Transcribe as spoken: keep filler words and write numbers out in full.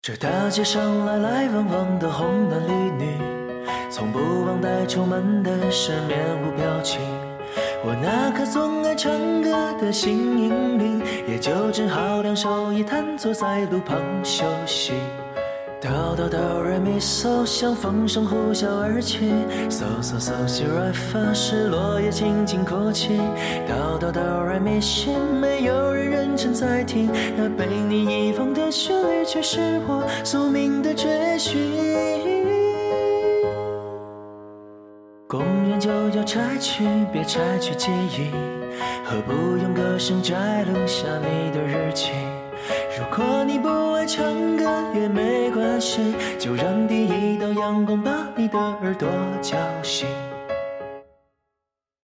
这大街上来来往往的红男绿女，从不忘带出门的是面无表情。我那颗总爱唱歌的心引领，也就只好两手一摊，坐在路旁休息。哆哆哆来咪嗦，像风声呼啸而去，嗦嗦嗦西来发，是落叶轻轻哭泣。哆哆哆来咪西，没有人认真在听，那被你遗忘的旋律，却是我宿命的追寻。公园就要拆去，别拆去记忆，何不用歌声摘录下你的日记？如果你不爱唱歌也没关系，就让第一道阳光把你的耳朵叫醒。